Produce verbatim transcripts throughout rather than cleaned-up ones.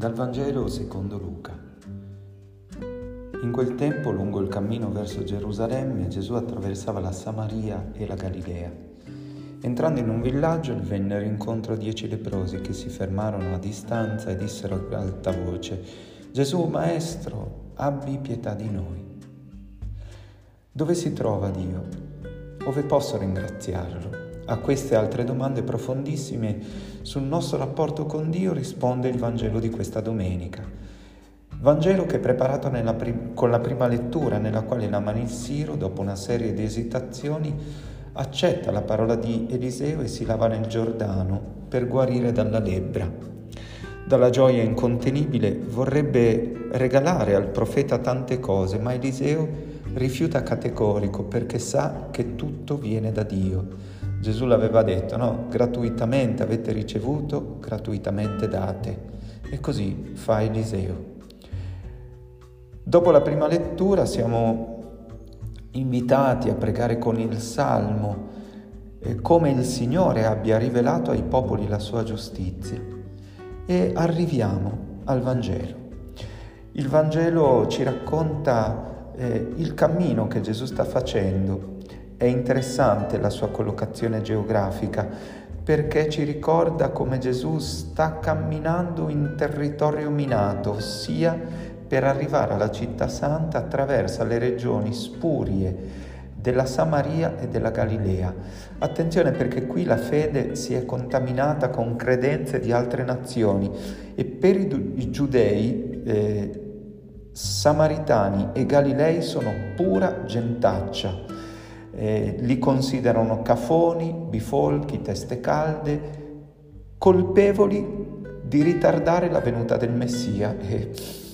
Dal Vangelo secondo Luca. In quel tempo, lungo il cammino verso Gerusalemme, Gesù attraversava la Samaria e la Galilea. Entrando in un villaggio, gli vennero incontro dieci leprosi che si fermarono a distanza e dissero ad alta voce: «Gesù, Maestro, abbi pietà di noi». Dove si trova Dio? Dove posso ringraziarlo? A queste e altre domande profondissime sul nostro rapporto con Dio risponde il Vangelo di questa domenica. Vangelo che è preparato nella prim- con la prima lettura, nella quale Naaman il Siro, dopo una serie di esitazioni, accetta la parola di Eliseo e si lava nel Giordano per guarire dalla lebbra. Dalla gioia incontenibile vorrebbe regalare al profeta tante cose, ma Eliseo rifiuta categorico perché sa che tutto viene da Dio. Gesù l'aveva detto, no? Gratuitamente avete ricevuto, gratuitamente date. E così fa Eliseo. Dopo la prima lettura siamo invitati a pregare con il Salmo eh, come il Signore abbia rivelato ai popoli la sua giustizia. E arriviamo al Vangelo. Il Vangelo ci racconta eh, il cammino che Gesù sta facendo. È interessante la sua collocazione geografica perché ci ricorda come Gesù sta camminando in territorio minato, ossia per arrivare alla città santa attraversa le regioni spurie della Samaria e della Galilea. Attenzione perché qui la fede si è contaminata con credenze di altre nazioni e per i, i giudei eh, samaritani e galilei sono pura gentaccia. Eh, li considerano cafoni, bifolchi, teste calde, colpevoli di ritardare la venuta del Messia. E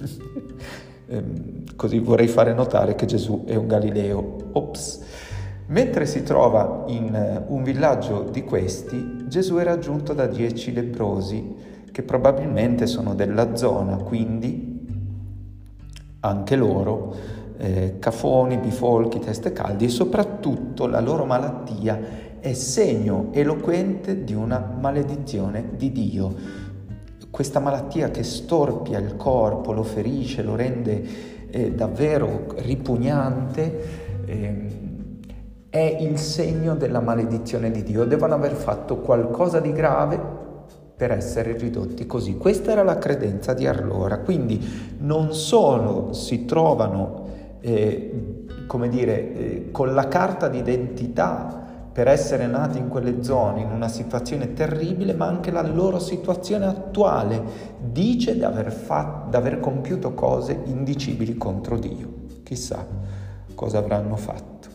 ehm, così vorrei fare notare che Gesù è un Galileo. Ops. Mentre si trova in un villaggio di questi, Gesù è raggiunto da dieci leprosi che probabilmente sono della zona, quindi anche loro Eh, cafoni, bifolchi, teste caldi e soprattutto la loro malattia è segno eloquente di una maledizione di Dio. Questa malattia che storpia il corpo, lo ferisce, lo rende eh, davvero ripugnante, eh, è il segno della maledizione di Dio. Devono aver fatto qualcosa di grave per essere ridotti così. Questa era la credenza di allora. Quindi non solo si trovano Eh, come dire, eh, con la carta d'identità per essere nati in quelle zone in una situazione terribile, ma anche la loro situazione attuale dice di aver, fatto, di aver compiuto cose indicibili contro Dio. Chissà cosa avranno fatto.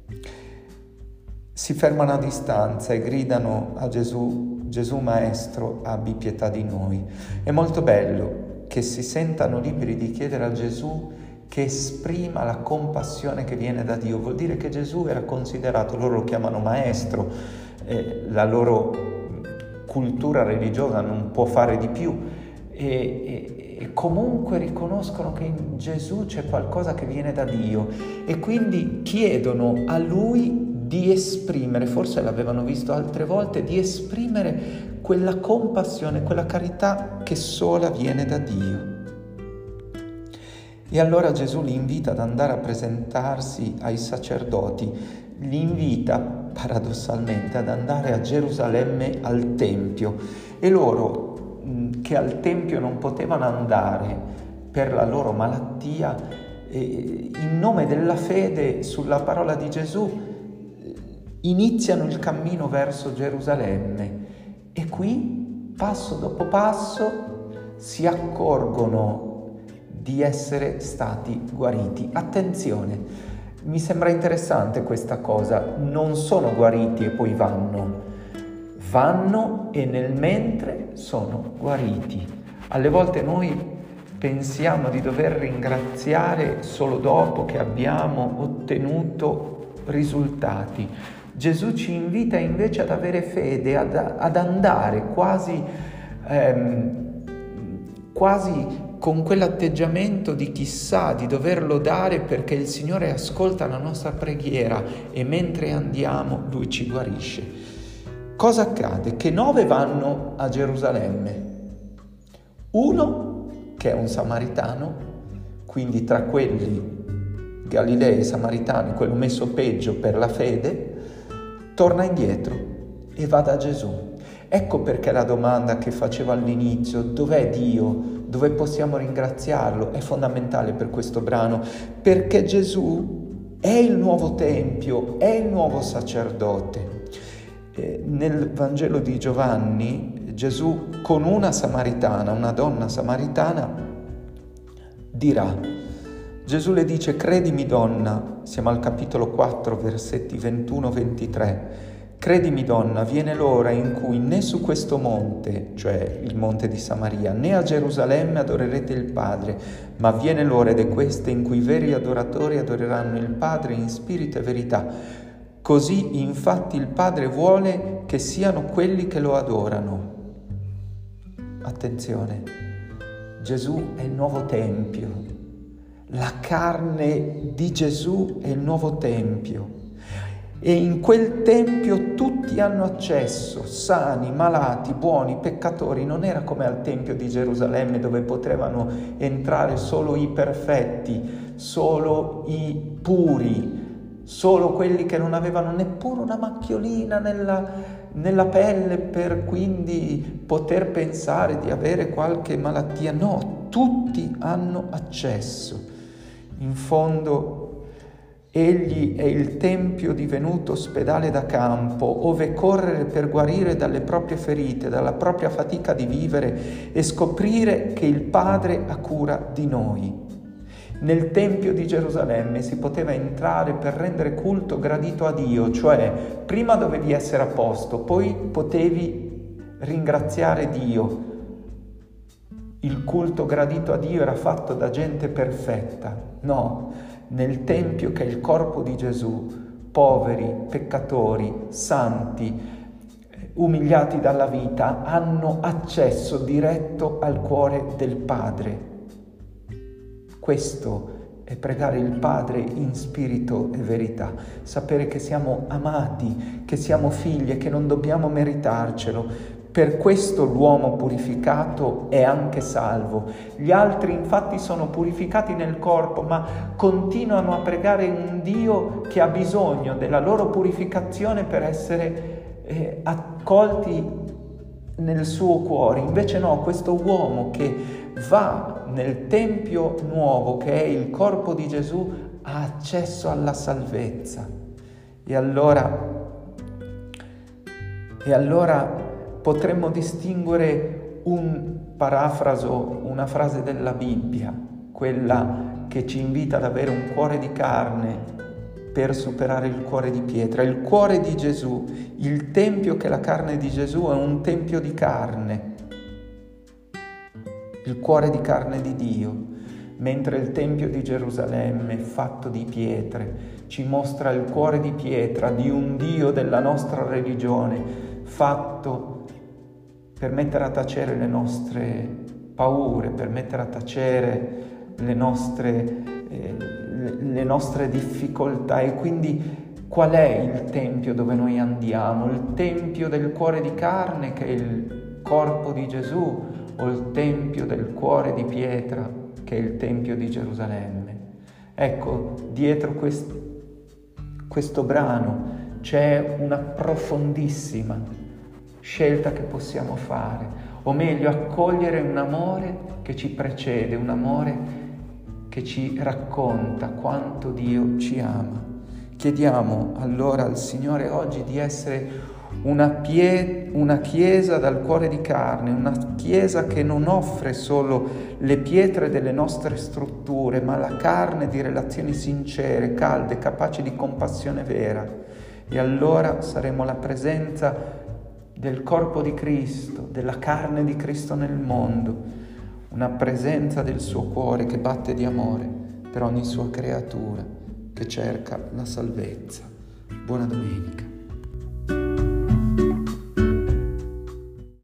Si fermano a distanza e gridano a Gesù: Gesù Maestro, abbi pietà di noi. È molto bello che si sentano liberi di chiedere a Gesù che esprima la compassione che viene da Dio. Vuol dire che Gesù era considerato, loro lo chiamano maestro, eh, la loro cultura religiosa non può fare di più e, e, e comunque riconoscono che in Gesù c'è qualcosa che viene da Dio e quindi chiedono a Lui di esprimere, forse l'avevano visto altre volte, di esprimere quella compassione, quella carità che sola viene da Dio. E allora Gesù li invita ad andare a presentarsi ai sacerdoti, li invita paradossalmente ad andare a Gerusalemme al Tempio e loro che al Tempio non potevano andare per la loro malattia, in nome della fede sulla parola di Gesù iniziano il cammino verso Gerusalemme e qui passo dopo passo si accorgono di essere stati guariti. Attenzione, mi sembra interessante questa cosa, non sono guariti e poi vanno, vanno e nel mentre sono guariti. Alle volte noi pensiamo di dover ringraziare solo dopo che abbiamo ottenuto risultati. Gesù ci invita invece ad avere fede, ad, ad andare quasi, ehm, quasi con quell'atteggiamento di chissà, di dover lodare perché il Signore ascolta la nostra preghiera e mentre andiamo Lui ci guarisce. Cosa accade? Che nove vanno a Gerusalemme. Uno che è un samaritano, quindi tra quelli Galilei e Samaritani, quello messo peggio per la fede, torna indietro e va da Gesù. Ecco perché la domanda che facevo all'inizio, dov'è Dio? Dove possiamo ringraziarlo? È fondamentale per questo brano, perché Gesù è il nuovo Tempio, è il nuovo sacerdote. Eh, nel Vangelo di Giovanni, Gesù con una samaritana, una donna samaritana, dirà, Gesù le dice, credimi donna, siamo al capitolo quattro, versetti ventuno ventitré, credimi donna, viene l'ora in cui né su questo monte, cioè il monte di Samaria, né a Gerusalemme adorerete il Padre, ma viene l'ora ed è questa in cui i veri adoratori adoreranno il Padre in spirito e verità. Così infatti il Padre vuole che siano quelli che lo adorano. Attenzione, Gesù è il nuovo Tempio. La carne di Gesù è il nuovo Tempio e in quel Tempio tutti hanno accesso, sani, malati, buoni, peccatori. Non era come al Tempio di Gerusalemme dove potevano entrare solo i perfetti, solo i puri, solo quelli che non avevano neppure una macchiolina nella, nella pelle per quindi poter pensare di avere qualche malattia. No, tutti hanno accesso. In fondo, egli è il Tempio divenuto ospedale da campo, ove correre per guarire dalle proprie ferite, dalla propria fatica di vivere e scoprire che il Padre ha cura di noi. Nel Tempio di Gerusalemme si poteva entrare per rendere culto gradito a Dio, cioè prima dovevi essere a posto, poi potevi ringraziare Dio. Il culto gradito a Dio era fatto da gente perfetta. No, nel Tempio che è il corpo di Gesù, poveri, peccatori, santi, umiliati dalla vita, hanno accesso diretto al cuore del Padre. Questo è pregare il Padre in spirito e verità, sapere che siamo amati, che siamo figli e che non dobbiamo meritarcelo. Per questo l'uomo purificato è anche salvo. Gli altri infatti sono purificati nel corpo, ma continuano a pregare un Dio che ha bisogno della loro purificazione per essere eh, accolti nel suo cuore. Invece no, questo uomo che va nel Tempio nuovo, che è il corpo di Gesù, ha accesso alla salvezza. E allora, e allora potremmo distinguere un parafraso, una frase della Bibbia, quella che ci invita ad avere un cuore di carne per superare il cuore di pietra. Il cuore di Gesù, il Tempio che è la carne di Gesù, è un Tempio di carne, il cuore di carne di Dio, mentre il Tempio di Gerusalemme, fatto di pietre, ci mostra il cuore di pietra di un Dio della nostra religione, fatto per mettere a tacere le nostre paure, per mettere a tacere le nostre, eh, le nostre difficoltà. E quindi qual è il Tempio dove noi andiamo? Il Tempio del cuore di carne, che è il corpo di Gesù, o il Tempio del cuore di pietra, che è il Tempio di Gerusalemme? Ecco, dietro quest, questo brano c'è una profondissima scelta che possiamo fare, o meglio accogliere un amore che ci precede, un amore che ci racconta quanto Dio ci ama. Chiediamo allora al Signore oggi di essere una, pie- una chiesa dal cuore di carne, una chiesa che non offre solo le pietre delle nostre strutture, ma la carne di relazioni sincere, calde, capaci di compassione vera. E allora saremo la presenza del corpo di Cristo, della carne di Cristo nel mondo, una presenza del suo cuore che batte di amore per ogni sua creatura che cerca la salvezza. Buona domenica.